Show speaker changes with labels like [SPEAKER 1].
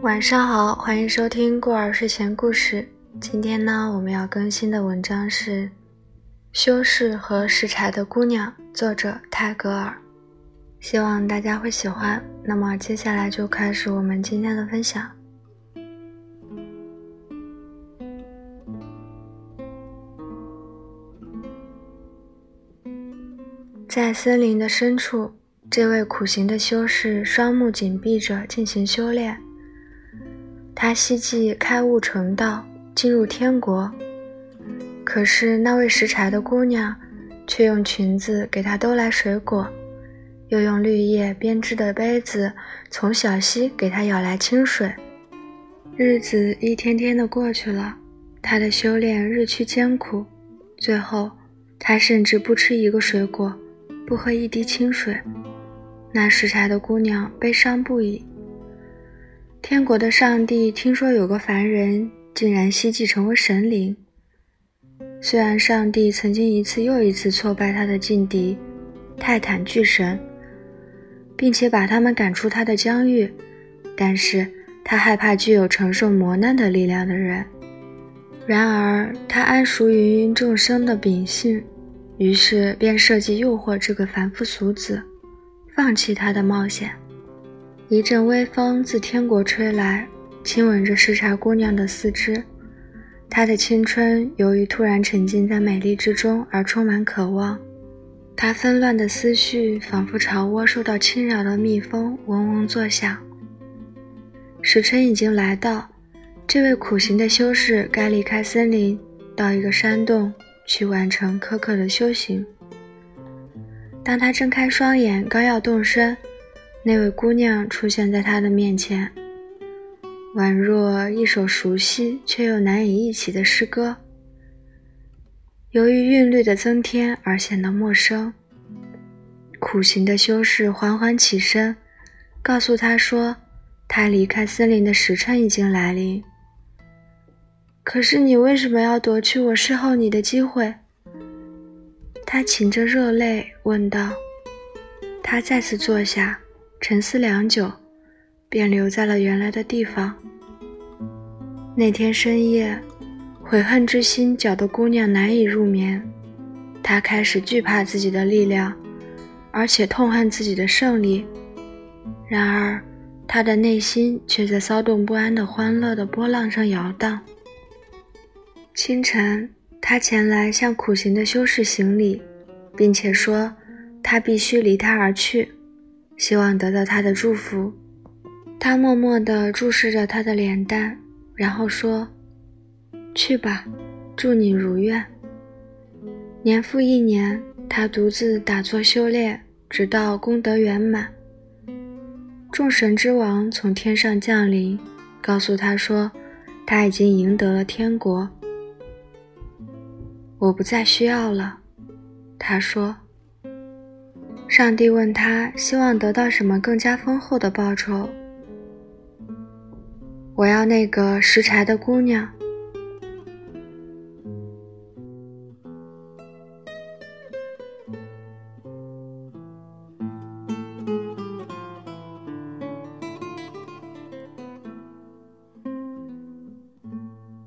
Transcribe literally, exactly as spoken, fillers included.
[SPEAKER 1] 晚上好，欢迎收听过儿睡前故事。今天呢，我们要更新的文章是《修士和拾柴的姑娘》，作者泰戈尔。希望大家会喜欢。那么接下来就开始我们今天的分享。在森林的深处，这位苦行的修士双目紧闭着进行修炼。他希冀开悟成道，进入天国。可是那位拾柴的姑娘却用裙子给他兜来水果，又用绿叶编织的杯子从小溪给他舀来清水。日子一天天的过去了，他的修炼日趋艰苦，最后他甚至不吃一个水果，不喝一滴清水。那拾柴的姑娘悲伤不已。天国的上帝听说有个凡人竟然希冀成为神灵，虽然上帝曾经一次又一次挫败他的劲敌泰坦巨神，并且把他们赶出他的疆域，但是他害怕具有承受磨难的力量的人。然而他谙熟芸芸众生的秉性，于是便设计诱惑这个凡夫俗子，放弃他的冒险。一阵微风自天国吹来，亲吻着拾柴姑娘的四肢。她的青春由于突然沉浸在美丽之中而充满渴望，她纷乱的思绪仿佛巢窝受到侵扰的蜜蜂嗡嗡作响。时辰已经来到，这位苦行的修士该离开森林，到一个山洞去完成苛刻的修行。当他睁开双眼，刚要动身，那位姑娘出现在他的面前，宛若一首熟悉却又难以忆起的诗歌，由于韵律的增添而显得陌生。苦行的修士缓缓起身，告诉他说，他离开森林的时辰已经来临。可是你为什么要夺去我侍候你的机会？他噙着热泪问道。他再次坐下，沉思良久，便留在了原来的地方。那天深夜，悔恨之心搅得姑娘难以入眠。她开始惧怕自己的力量，而且痛恨自己的胜利。然而她的内心却在骚动不安的欢乐的波浪上摇荡。清晨，她前来向苦行的修士行礼，并且说她必须离他而去，希望得到他的祝福。他默默地注视着他的脸蛋，然后说，去吧，祝你如愿。年复一年，他独自打坐修炼，直到功德圆满。众神之王从天上降临，告诉他说，他已经赢得了天国。我不再需要了，他说。上帝问他希望得到什么更加丰厚的报酬。我要那个拾柴的姑娘，